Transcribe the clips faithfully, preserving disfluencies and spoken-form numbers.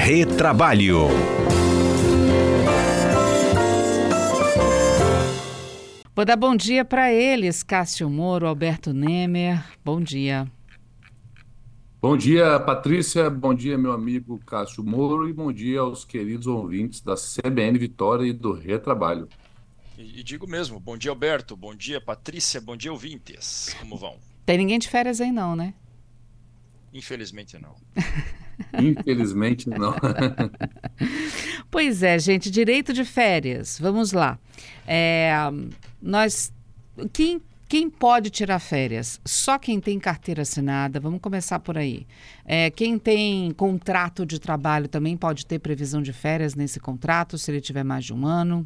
Retrabalho. Vou dar bom dia para eles, Cássio Moro, Alberto Nemer. Bom dia. Bom dia, Patrícia. Bom dia, meu amigo Cássio Moro. E bom dia aos queridos ouvintes da C B N Vitória e do Retrabalho. E, e digo mesmo, bom dia, Alberto. Bom dia, Patrícia. Bom dia, ouvintes. Como vão? Tem ninguém de férias aí não, né? Infelizmente não. Infelizmente, não. Pois é, gente, direito de férias. Vamos lá. É, nós, quem, quem pode tirar férias? Só quem tem carteira assinada. Vamos começar por aí. É, quem tem contrato de trabalho também pode ter previsão de férias nesse contrato, se ele tiver mais de um ano.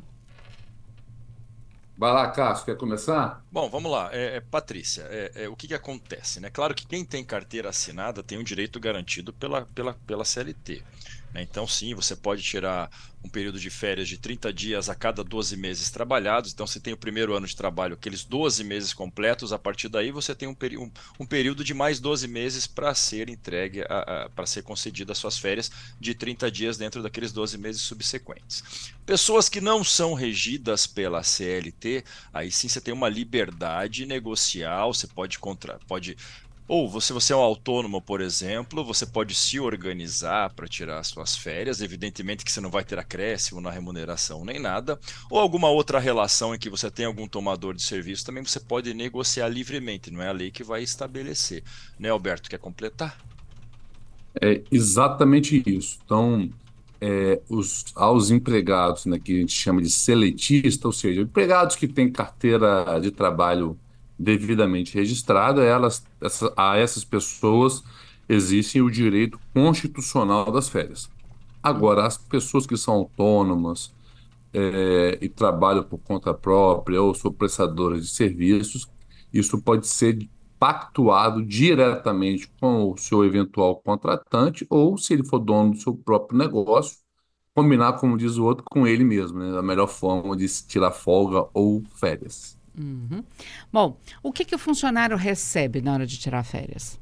Vai lá, Cássio, quer começar? Bom, vamos lá. É, é, Patrícia, é, é, o que, que acontece, né? Claro que quem tem carteira assinada tem um direito garantido pela, pela, pela C L T. Né? Então, sim, você pode tirar um período de férias de trinta dias a cada doze meses trabalhados. Então, você tem o primeiro ano de trabalho, aqueles doze meses completos. A partir daí, você tem um, peri um, um período de mais doze meses para ser entregue, para ser concedida as suas férias de trinta dias dentro daqueles doze meses subsequentes. Pessoas que não são regidas pela C L T, aí sim você tem uma liberdade negocial, você pode contra, pode ou se você é um autônomo, por exemplo, você pode se organizar para tirar as suas férias, evidentemente que você não vai ter acréscimo na remuneração nem nada, ou alguma outra relação em que você tem algum tomador de serviço, também você pode negociar livremente, não é a lei que vai estabelecer. Né, Alberto, quer completar? É exatamente isso. Então, é, os, aos empregados, né, que a gente chama de seletista, ou seja, empregados que têm carteira de trabalho devidamente registrada, elas, essa, a essas pessoas existe o direito constitucional das férias. Agora, as pessoas que são autônomas, é, e trabalham por conta própria ou são prestadoras de serviços, isso pode ser pactuado diretamente com o seu eventual contratante ou, se ele for dono do seu próprio negócio, combinar, como diz o outro, com ele mesmo, né? A melhor forma de se tirar folga ou férias. Uhum. Bom, o que, que o funcionário recebe na hora de tirar férias?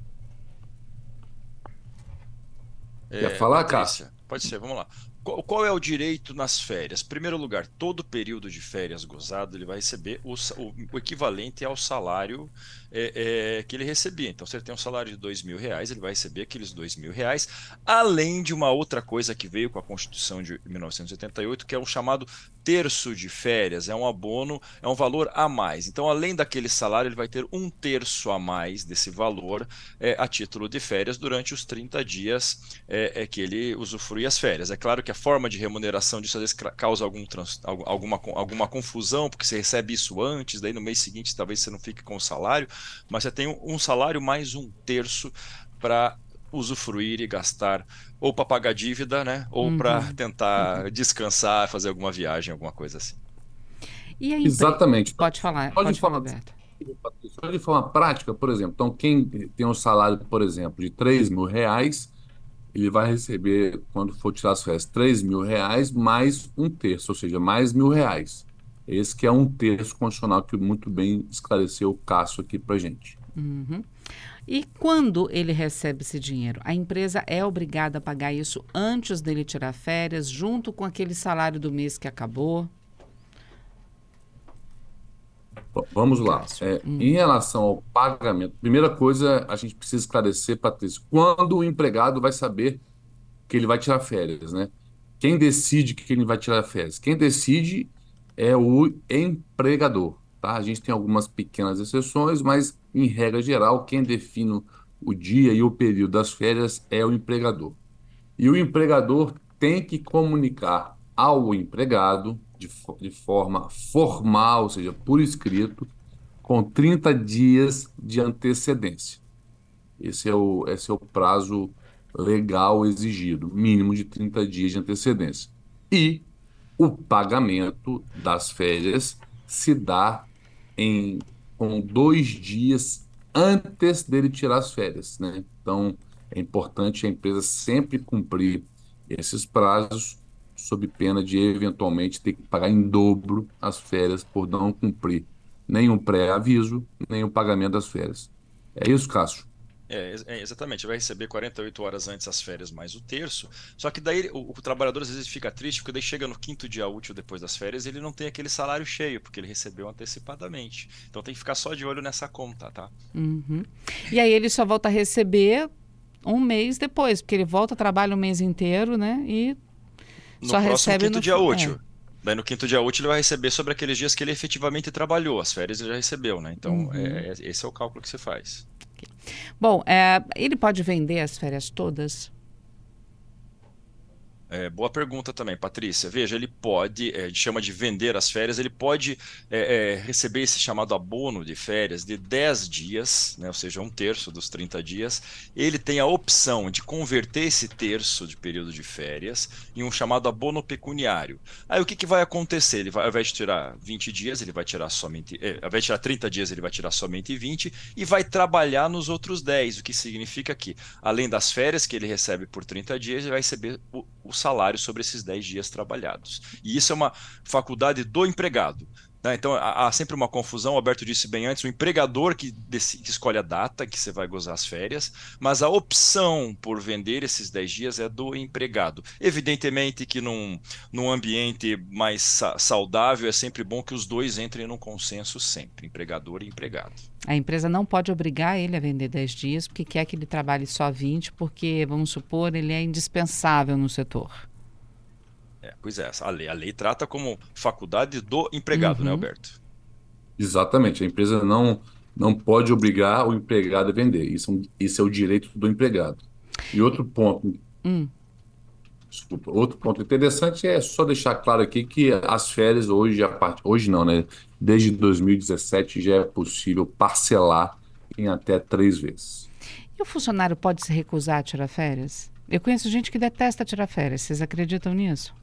Quer É, falar, Cássio? Patrícia, pode ser, vamos lá. Qual, qual é o direito nas férias? Em primeiro lugar, todo período de férias gozado ele vai receber o, sa- o- o equivalente ao salário é, é, que ele recebia. Então, se ele tem um salário de dois mil reais, ele vai receber aqueles dois mil reais, além de uma outra coisa que veio com a Constituição de mil novecentos e oitenta e oito, que é o chamado terço de férias. É um abono, é um valor a mais. Então, além daquele salário, ele vai ter um terço a mais desse valor é, a título de férias durante os trinta dias é, é que ele usufrui as férias. É claro que a forma de remuneração disso às vezes causa algum trans, alguma, alguma confusão, porque você recebe isso antes, daí no mês seguinte talvez você não fique com o salário, mas você tem um salário mais um terço para usufruir e gastar, ou para pagar dívida, né? Ou para Uhum. tentar descansar, fazer alguma viagem, alguma coisa assim. E a empresa? Exatamente. Pode falar, Só de pode falar, forma, Alberto. só de forma prática, por exemplo, então quem tem um salário, por exemplo, de três mil reais, ele vai receber, quando for tirar as férias, três mil reais mais um terço, ou seja, mais mil reais. Esse que é um terço condicional que muito bem esclareceu o Cássio aqui para gente. Uhum. E quando ele recebe esse dinheiro? A empresa é obrigada a pagar isso antes dele tirar férias, junto com aquele salário do mês que acabou? Bom, vamos lá. Cássio. É, Hum. em relação ao pagamento, primeira coisa, a gente precisa esclarecer, Patrícia, quando o empregado vai saber que ele vai tirar férias, né? Quem decide que ele vai tirar férias? Quem decide é o empregador, tá? A gente tem algumas pequenas exceções, mas em regra geral, quem define o dia e o período das férias é o empregador. E o empregador tem que comunicar ao empregado de, fo- de forma formal, ou seja, por escrito, com trinta dias de antecedência. Esse é o, esse é o prazo legal exigido, mínimo de trinta dias de antecedência. E o pagamento das férias se dá em, com dois dias antes dele tirar as férias, né? Então, é importante a empresa sempre cumprir esses prazos, sob pena de eventualmente ter que pagar em dobro as férias por não cumprir nenhum pré-aviso, nem o pagamento das férias. É isso, Cássio? É, é, exatamente, vai receber quarenta e oito horas antes as férias mais o terço, só que daí o, o trabalhador às vezes fica triste, porque daí chega no quinto dia útil depois das férias, ele não tem aquele salário cheio, porque ele recebeu antecipadamente. Então tem que ficar só de olho nessa conta, tá? Uhum. E aí ele só volta a receber um mês depois, porque ele volta, trabalha o mês inteiro, né? E No só próximo recebe quinto no dia fi- útil. é. Daí no quinto dia útil ele vai receber sobre aqueles dias que ele efetivamente trabalhou, as férias ele já recebeu, né? Então Uhum. é, é- esse é o cálculo que você faz. Bom, é, ele pode vender as férias todas? É, boa pergunta também, Patrícia. Veja, ele pode, é, a gente chama de vender as férias, ele pode é, é, receber esse chamado abono de férias de dez dias, né, ou seja, um terço dos trinta dias. Ele tem a opção de converter esse terço de período de férias em um chamado abono pecuniário. Aí o que, que vai acontecer? Ele vai, ao invés de tirar vinte dias, ele vai tirar somente, é, ao invés de tirar trinta dias, ele vai tirar somente vinte e vai trabalhar nos outros dez, o que significa que, além das férias que ele recebe por trinta dias, ele vai receber o, o salário sobre esses dez dias trabalhados. E isso é uma faculdade do empregado. Né? Então, há, há sempre uma confusão, o Alberto disse bem antes, o empregador que, decide, que escolhe a data que você vai gozar as férias, mas a opção por vender esses dez dias é do empregado. Evidentemente que num, num ambiente mais sa saudável é sempre bom que os dois entrem num consenso sempre, empregador e empregado. A empresa não pode obrigar ele a vender dez dias, porque quer que ele trabalhe só vinte, porque, vamos supor, ele é indispensável no setor. É, pois é, a lei, a lei trata como faculdade do empregado, né, Uhum. Alberto? Exatamente. A empresa não, não pode obrigar o empregado a vender. Isso, é um- isso é o direito do empregado. E outro ponto, Hum. desculpa, outro ponto interessante é só deixar claro aqui que as férias hoje, a parte, hoje não, né? Desde dois mil e dezessete já é possível parcelar em até três vezes. E o funcionário pode se recusar a tirar férias? Eu conheço gente que detesta tirar férias. Vocês acreditam nisso?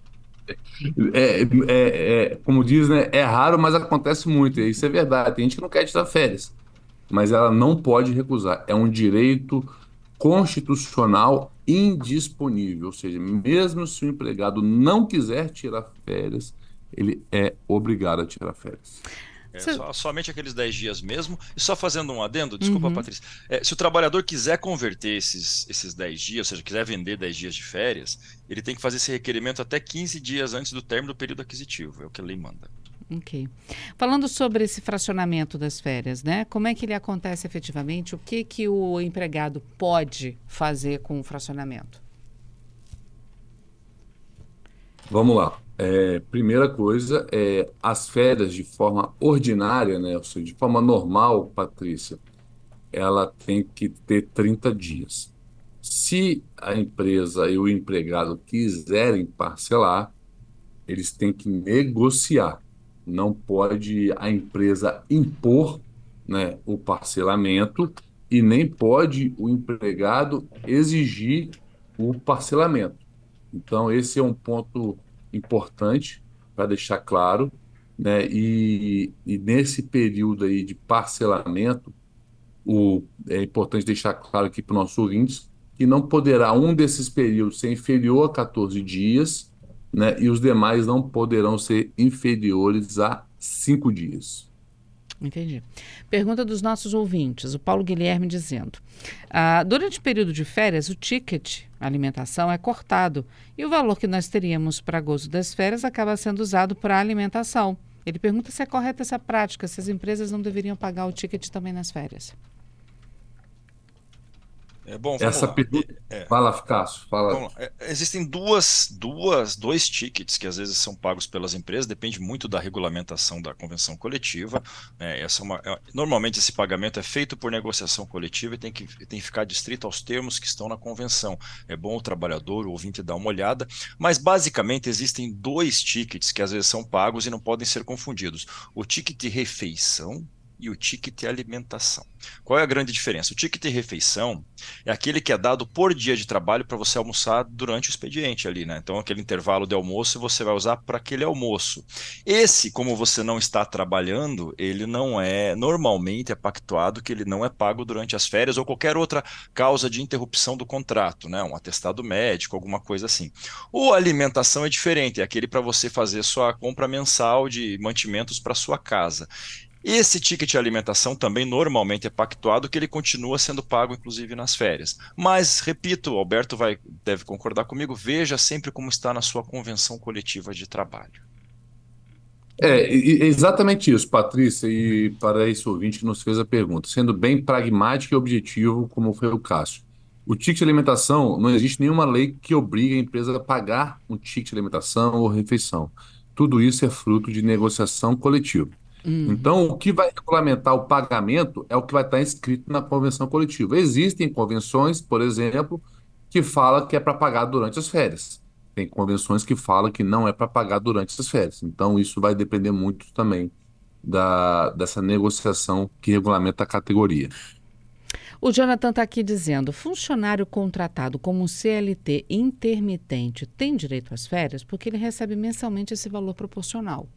É, é, é, como diz, né? É raro, mas acontece muito. E isso é verdade. Tem gente que não quer tirar férias, mas ela não pode recusar. É um direito constitucional indisponível. Ou seja, mesmo se o empregado não quiser tirar férias, ele é obrigado a tirar férias. É Cê- só, somente aqueles dez dias mesmo. E só fazendo um adendo, desculpa, Uhum. Patrícia. É, se o trabalhador quiser converter esses, esses dez dias, ou seja, quiser vender dez dias de férias, ele tem que fazer esse requerimento até quinze dias antes do término do período aquisitivo. É o que a lei manda. Ok. Falando sobre esse fracionamento das férias, né? Como é que ele acontece efetivamente? O que que o empregado pode fazer com o fracionamento? Vamos lá. É, primeira coisa é as férias de forma ordinária, né? Ou seja, de forma normal, Patrícia, ela tem que ter trinta dias. Se a empresa e o empregado quiserem parcelar, eles têm que negociar. Não pode a empresa impor, né, o parcelamento e nem pode o empregado exigir o parcelamento. Então, esse é um ponto importante para deixar claro, né? E, e nesse período aí de parcelamento, o, é importante deixar claro aqui para os nossos ouvintes que não poderá um desses períodos ser inferior a quatorze dias, né? E os demais não poderão ser inferiores a cinco dias. Entendi. Pergunta dos nossos ouvintes, o Paulo Guilherme dizendo: ah, durante o período de férias, o ticket alimentação é cortado e o valor que nós teríamos para gozo das férias acaba sendo usado para alimentação. Ele pergunta se é correta essa prática, se as empresas não deveriam pagar o ticket também nas férias. É bom, vamos Essa lá. E- pergunta. é, Fala, Cássio, fala. Vamos lá. É, Existem duas, duas, dois tickets que às vezes são pagos pelas empresas, depende muito da regulamentação da convenção coletiva. Né? Essa é uma, é- normalmente esse pagamento é feito por negociação coletiva e tem que, tem que ficar distrito aos termos que estão na convenção. É bom o trabalhador, o ouvinte, dar uma olhada, mas basicamente existem dois tickets que às vezes são pagos e não podem ser confundidos: o ticket refeição e o ticket alimentação. Qual é a grande diferença? O ticket refeição é aquele que é dado por dia de trabalho para você almoçar durante o expediente ali, né? Então, aquele intervalo de almoço você vai usar para aquele almoço. Esse, como você não está trabalhando, ele não é, normalmente é pactuado que ele não é pago durante as férias ou qualquer outra causa de interrupção do contrato, né? Um atestado médico, alguma coisa assim. O alimentação é diferente, é aquele para você fazer sua compra mensal de mantimentos para sua casa. Esse ticket de alimentação também normalmente é pactuado que ele continua sendo pago, inclusive, nas férias. Mas, repito, o Alberto vai, deve concordar comigo, veja sempre como está na sua convenção coletiva de trabalho. É, e- e- exatamente isso, Patrícia, e para esse ouvinte que nos fez a pergunta, sendo bem pragmático e objetivo, como foi o caso. O ticket de alimentação, não existe nenhuma lei que obrigue a empresa a pagar um ticket de alimentação ou refeição. Tudo isso é fruto de negociação coletiva. Uhum. Então, o que vai regulamentar o pagamento é o que vai estar escrito na convenção coletiva. Existem convenções, por exemplo, que fala que é para pagar durante as férias. Tem convenções que falam que não é para pagar durante as férias. Então, isso vai depender muito também da, dessa negociação que regulamenta a categoria. O Jonathan está aqui dizendo: funcionário contratado como C L T intermitente tem direito às férias porque ele recebe mensalmente esse valor proporcional.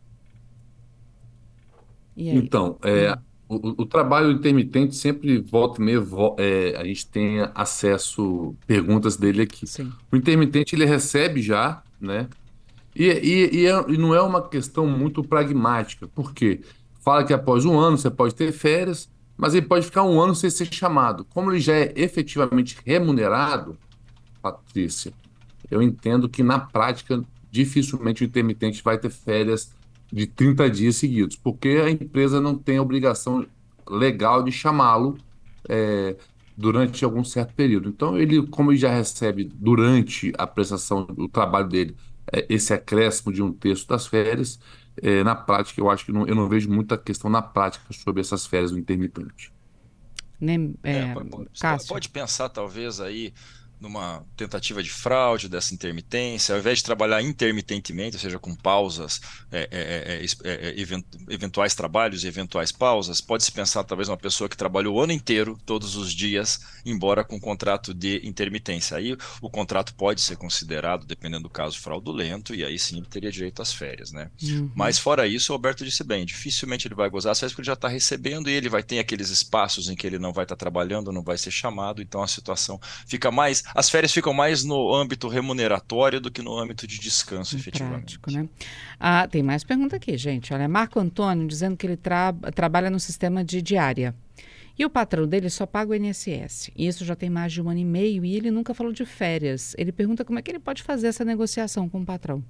E aí? Então, é, Hum, o, o- o trabalho intermitente sempre volta e meia, vo- é, a gente tem acesso, perguntas dele aqui. sim. O intermitente ele recebe já, né? E, e, e, é- e não é uma questão muito pragmática, porque fala que após um ano você pode ter férias, mas ele pode ficar um ano sem ser chamado. Como ele já é efetivamente remunerado, Patrícia, eu entendo que na prática dificilmente o intermitente vai ter férias de trinta dias seguidos, porque a empresa não tem a obrigação legal de chamá-lo é, durante algum certo período. Então, ele, como ele já recebe durante a prestação do trabalho dele é, esse acréscimo de um terço das férias, é, na prática eu acho que não- eu não vejo muita questão na prática sobre essas férias do intermitente. Nem, É, é, po- po- você po- Cássio? pode pensar, talvez, aí numa tentativa de fraude dessa intermitência, ao invés de trabalhar intermitentemente, ou seja, com pausas, é, é, é, é, es- é, é, event- eventuais trabalhos e eventuais pausas, pode-se pensar, talvez, uma pessoa que trabalhou o ano inteiro, todos os dias, embora com contrato de intermitência. Aí o contrato pode ser considerado, dependendo do caso, fraudulento, e aí sim ele teria direito às férias, né? Uhum. Mas fora isso, o Alberto disse bem, dificilmente ele vai gozar as férias porque ele já está recebendo e ele vai ter aqueles espaços em que ele não vai estar trabalhando, não vai ser chamado, então a situação fica mais, as férias ficam mais no âmbito remuneratório do que no âmbito de descanso, Hum, prático, efetivamente. né? Ah, tem mais pergunta aqui, gente. Olha, Marco Antônio dizendo que ele tra- trabalha no sistema de diária. E o patrão dele só paga o I N S S. E isso já tem mais de um ano e meio e ele nunca falou de férias. Ele pergunta como é que ele pode fazer essa negociação com o patrão.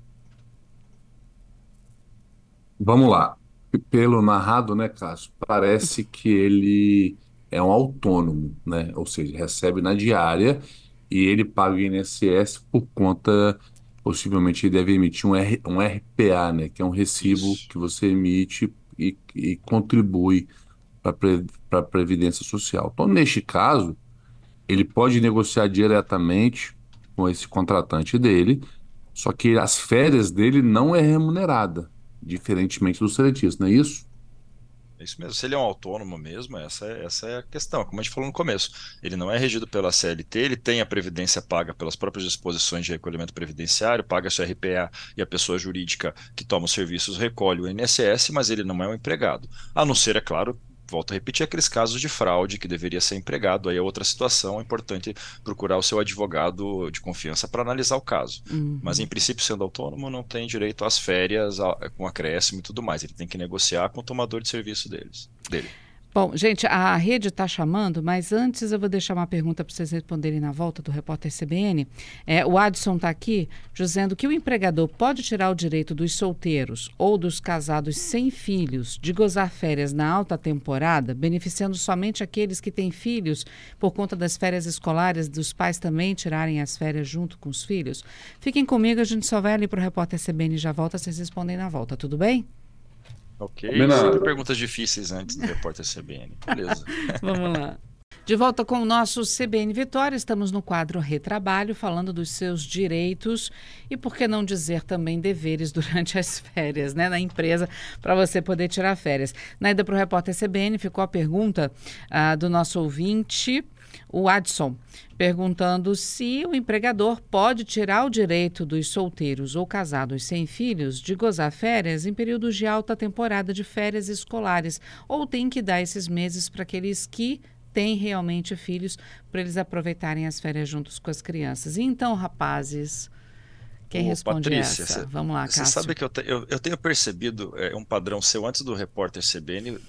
Vamos lá. P- Pelo narrado, né, Cássio? Parece que ele é um autônomo, né? Ou seja, recebe na diária e ele paga o I N S S por conta, possivelmente ele deve emitir um, R, um R P A, né? Que é um recibo Isso. que você emite e, e contribui para a Previdência Social. Então, neste caso, ele pode negociar diretamente com esse contratante dele, só que as férias dele não é remunerada, diferentemente do seletista, não é isso? É isso mesmo. Se ele é um autônomo mesmo, essa é, essa é a questão. Como a gente falou no começo, ele não é regido pela C L T, ele tem a previdência paga pelas próprias disposições de recolhimento previdenciário, paga seu R P A e a pessoa jurídica que toma os serviços recolhe o I N S S, mas ele não é um empregado. A não ser, é claro, volto a repetir, aqueles casos de fraude que deveria ser empregado. Aí é outra situação, é importante procurar o seu advogado de confiança para analisar o caso. Mas, em Uhum. princípio, sendo autônomo, não tem direito às férias, a- com acréscimo e tudo mais. Ele tem que negociar com o tomador de serviço deles, dele. Bom, gente, a rede está chamando, mas antes eu vou deixar uma pergunta para vocês responderem na volta do repórter C B N. É, o Adson está aqui dizendo que o empregador pode tirar o direito dos solteiros ou dos casados sem filhos de gozar férias na alta temporada, beneficiando somente aqueles que têm filhos por conta das férias escolares, dos pais também tirarem as férias junto com os filhos. Fiquem comigo, a gente só vai ali para o repórter C B N e já volta, vocês respondem na volta, tudo bem? Ok? Sempre Combinado. perguntas difíceis antes do repórter C B N. Beleza. Vamos lá. De volta com o nosso C B N Vitória, estamos no quadro Retrabalho, falando dos seus direitos e, por que não dizer, também deveres durante as férias, né, na empresa, para você poder tirar férias. Na ida para o repórter C B N ficou a pergunta ah, do nosso ouvinte, o Adson, perguntando se o empregador pode tirar o direito dos solteiros ou casados sem filhos de gozar férias em períodos de alta temporada de férias escolares, ou tem que dar esses meses para aqueles que têm realmente filhos, para eles aproveitarem as férias juntos com as crianças. E então, rapazes, quem Ô, responde Patrícia, essa? Vamos lá, você Cássio. sabe que eu, te- eu, eu tenho percebido é, um padrão seu antes do repórter C B N.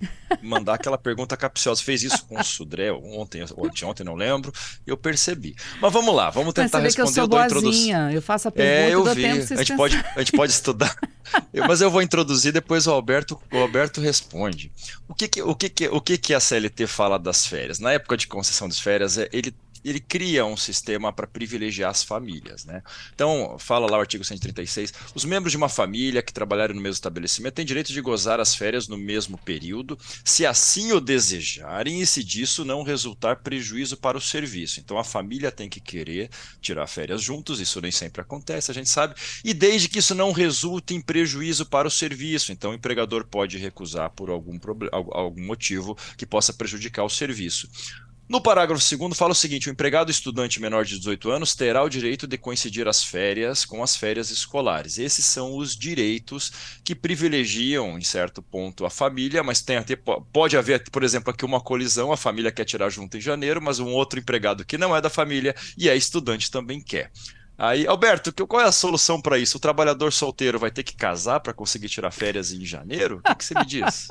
mandar aquela pergunta capciosa. Fez isso com o Sudré ontem, ou anteontem, não lembro, e eu percebi. Mas vamos lá, vamos Mas tentar você vê que eu responder. sou Eu dou a introdução. boazinha, eu faço a É, pergunta e eu dou vi. tempo pra vocês A gente pode, pensarem. a gente pode estudar. Eu- mas eu vou introduzir, depois o Alberto, o Alberto responde. O que que, o que que, o que que a C L T fala das férias? Na época de concessão de férias, é, ele, ele cria um sistema para privilegiar as famílias, né? Então, fala lá o artigo cento e trinta e seis, os membros de uma família que trabalharem no mesmo estabelecimento têm direito de gozar as férias no mesmo período, se assim o desejarem e se disso não resultar prejuízo para o serviço. Então, a família tem que querer tirar férias juntos, isso nem sempre acontece, a gente sabe, e desde que isso não resulte em prejuízo para o serviço. Então, o empregador pode recusar por algum, proble- al- algum motivo que possa prejudicar o serviço. No parágrafo segundo fala o seguinte: o empregado estudante menor de dezoito anos terá o direito de coincidir as férias com as férias escolares. Esses são os direitos que privilegiam, em certo ponto, a família, mas tem até, pode haver, por exemplo, aqui uma colisão: a família quer tirar junto em janeiro, mas um outro empregado que não é da família e é estudante também quer. Aí, Alberto, que- qual é a solução para isso? O trabalhador solteiro vai ter que casar para conseguir tirar férias em janeiro? O que que você me diz?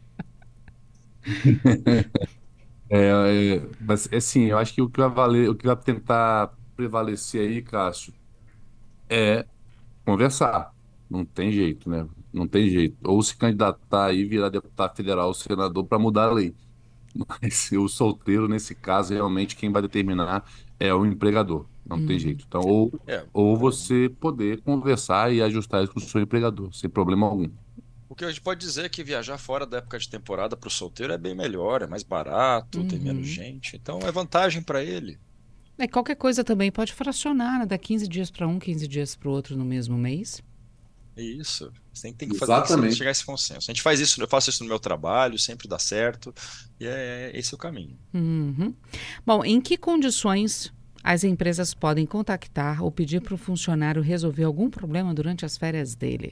É, é, mas assim, eu acho que o que vai valer, o que vai tentar prevalecer aí, Cássio, é conversar. Não tem jeito, né? Não tem jeito. Ou se candidatar aí, virar deputado federal ou senador para mudar a lei. Mas se o solteiro, nesse caso, realmente quem vai determinar é o empregador. Não tem Uhum. jeito. Então, ou, É, ou você poder conversar e ajustar isso com o seu empregador, sem problema algum. o que a gente pode dizer é que viajar fora da época de temporada para o solteiro é bem melhor, é mais barato, tem menos Uhum. gente, então é vantagem para ele. É, qualquer coisa também pode fracionar, né? Dá quinze dias para um, quinze dias para o outro no mesmo mês. É isso. Você tem, tem que fazer, tem que se- chegar a Exatamente. esse consenso. A gente faz isso, eu faço isso no meu trabalho, sempre dá certo, e é, é esse é o caminho. Uhum. Bom, em que condições as empresas podem contactar ou pedir para o funcionário resolver algum problema durante as férias dele?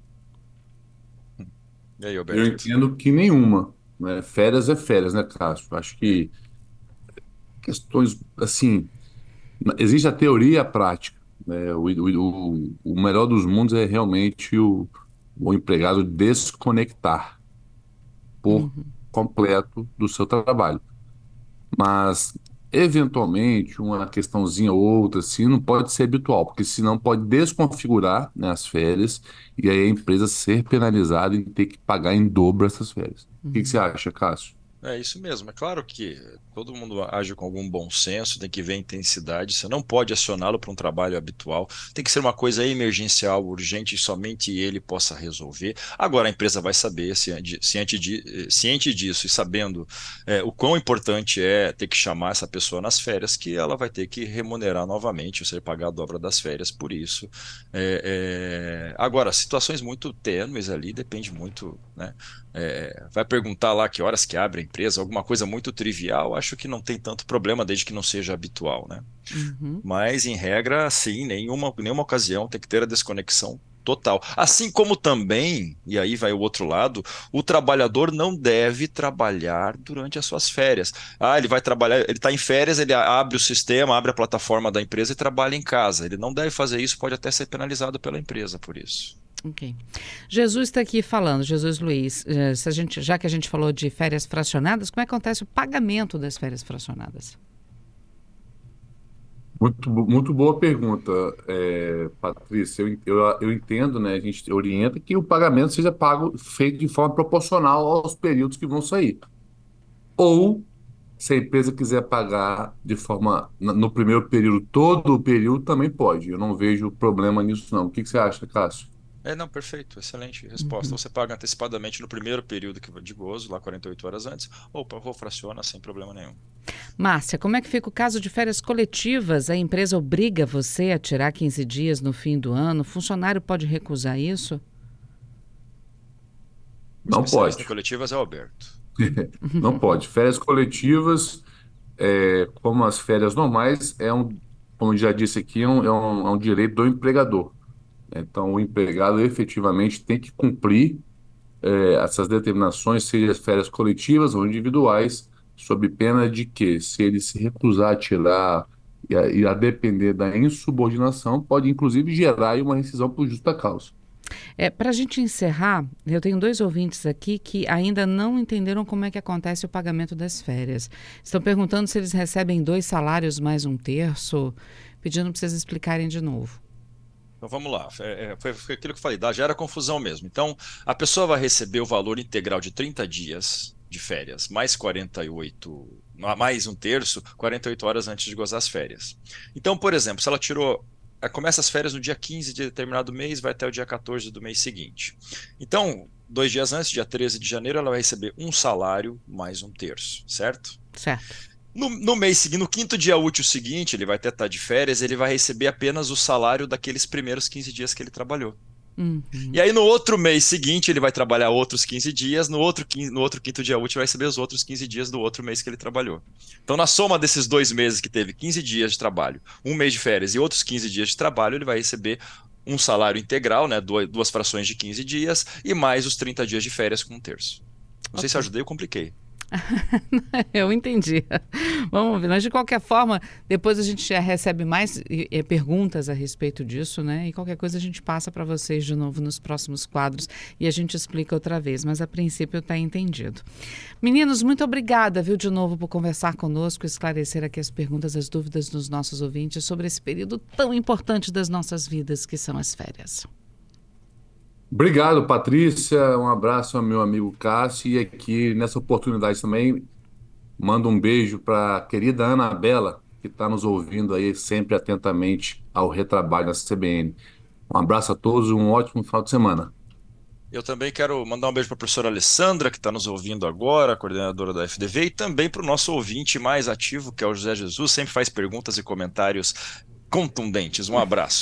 E aí, Eu Alberto? entendo que nenhuma, né? Férias é férias, né, Cássio? Acho que questões assim, existe a teoria e a prática, né? O, o, o, o melhor dos mundos é realmente o, o empregado desconectar por Uhum. completo do seu trabalho. Mas, eventualmente, uma questãozinha ou outra, assim, não pode ser habitual, porque senão pode desconfigurar, né, as férias e aí a empresa ser penalizada em ter que pagar em dobro essas férias. O que que você Uhum. acha, Cássio? É isso mesmo. É claro que todo mundo age com algum bom senso, tem que ver a intensidade. Você não pode acioná-lo para um trabalho habitual. Tem que ser uma coisa emergencial, urgente, e somente ele possa resolver. Agora a empresa vai saber, ciente, ciente, de- ciente disso e sabendo é, o quão importante é ter que chamar essa pessoa nas férias, que ela vai ter que remunerar novamente, ou seja, pagar a dobra das férias por isso. É, é, Agora, situações muito tênues ali, depende muito, né? É, vai perguntar lá que horas que abre a empresa, alguma coisa muito trivial, acho que não tem tanto problema desde que não seja habitual, né? Uhum. Mas, em regra, sim, nenhuma, nenhuma ocasião tem que ter a desconexão total. Assim como também, e aí vai o outro lado, o trabalhador não deve trabalhar durante as suas férias. Ah, ele vai trabalhar, ele está em férias, ele abre o sistema, abre a plataforma da empresa e trabalha em casa. Ele não deve fazer isso, pode até ser penalizado pela empresa por isso. Ok. Jesus está aqui falando, Jesus Luiz, eh, se a gente, já que a gente falou de férias fracionadas, como é que acontece o pagamento das férias fracionadas? Muito, bo- muito boa pergunta, é, Patrícia. Eu, eu, eu entendo, né? A gente orienta que o pagamento seja pago, feito de forma proporcional aos períodos que vão sair. Ou, se a empresa quiser pagar de forma, na- no primeiro período, todo o período, também pode. Eu não vejo problema nisso, não. O que que você acha, Cássio? É, não, perfeito, excelente resposta. Uhum. Você paga antecipadamente no primeiro período que- de gozo, lá quarenta e oito horas antes, ou ou fraciona sem problema nenhum. Márcia, como é que fica o caso de férias coletivas? A empresa obriga você a tirar quinze dias no fim do ano? O funcionário pode recusar isso? O Não especialista em pode. coletivas é o Alberto. Não pode. Férias coletivas, é, como as férias normais, é um, como eu já disse aqui, é um, é um, é um direito do empregador. Então, o empregado efetivamente tem que cumprir eh, essas determinações, seja férias coletivas ou individuais, sob pena de que, se ele se recusar a tirar e a, e a depender da insubordinação, pode inclusive gerar aí uma rescisão por justa causa. É, para a gente encerrar, eu tenho dois ouvintes aqui que ainda não entenderam como é que acontece o pagamento das férias. Estão perguntando se eles recebem dois salários mais um terço, pedindo para vocês explicarem de novo. Então vamos lá, é, foi, foi aquilo que eu falei, dá, gera confusão mesmo. Então a pessoa vai receber o valor integral de trinta dias de férias, mais quarenta e oito, mais um terço, quarenta e oito horas antes de gozar as férias. Então, por exemplo, se ela tirou, começa as férias no dia quinze de determinado mês, vai até o dia quatorze do mês seguinte. Então, dois dias antes, dia treze de janeiro, ela vai receber um salário mais um terço, certo? Certo. No, no mês seguinte, no quinto dia útil seguinte, ele vai até estar de férias, ele vai receber apenas o salário daqueles primeiros quinze dias que ele trabalhou. Uhum. E aí no outro mês seguinte, ele vai trabalhar outros quinze dias, no outro, quinze, no outro quinto dia útil vai receber os outros quinze dias do outro mês que ele trabalhou. Então na soma desses dois meses que teve quinze dias de trabalho, um mês de férias e outros quinze dias de trabalho, ele vai receber um salário integral, né, duas, duas frações de quinze dias e mais os trinta dias de férias com um terço. Não sei se ajudei ou compliquei. Eu entendi. Vamos ver. Mas de qualquer forma, depois a gente já recebe mais eh, perguntas a respeito disso, né? E qualquer coisa a gente passa para vocês de novo nos próximos quadros e a gente explica outra vez. Mas a princípio está entendido. Meninos, muito obrigada, viu, de novo por conversar conosco, esclarecer aqui as perguntas, as dúvidas dos nossos ouvintes sobre esse período tão importante das nossas vidas, que são as férias. Obrigado, Patrícia. Um abraço ao meu amigo Cássio. E aqui, nessa oportunidade também, mando um beijo para a querida Anabela, que está nos ouvindo aí sempre atentamente ao Retrabalho da C B N. Um abraço a todos e um ótimo final de semana. Eu também quero mandar um beijo para a professora Alessandra, que está nos ouvindo agora, coordenadora da F D V, e também para o nosso ouvinte mais ativo, que é o José Jesus, sempre faz perguntas e comentários contundentes. Um abraço.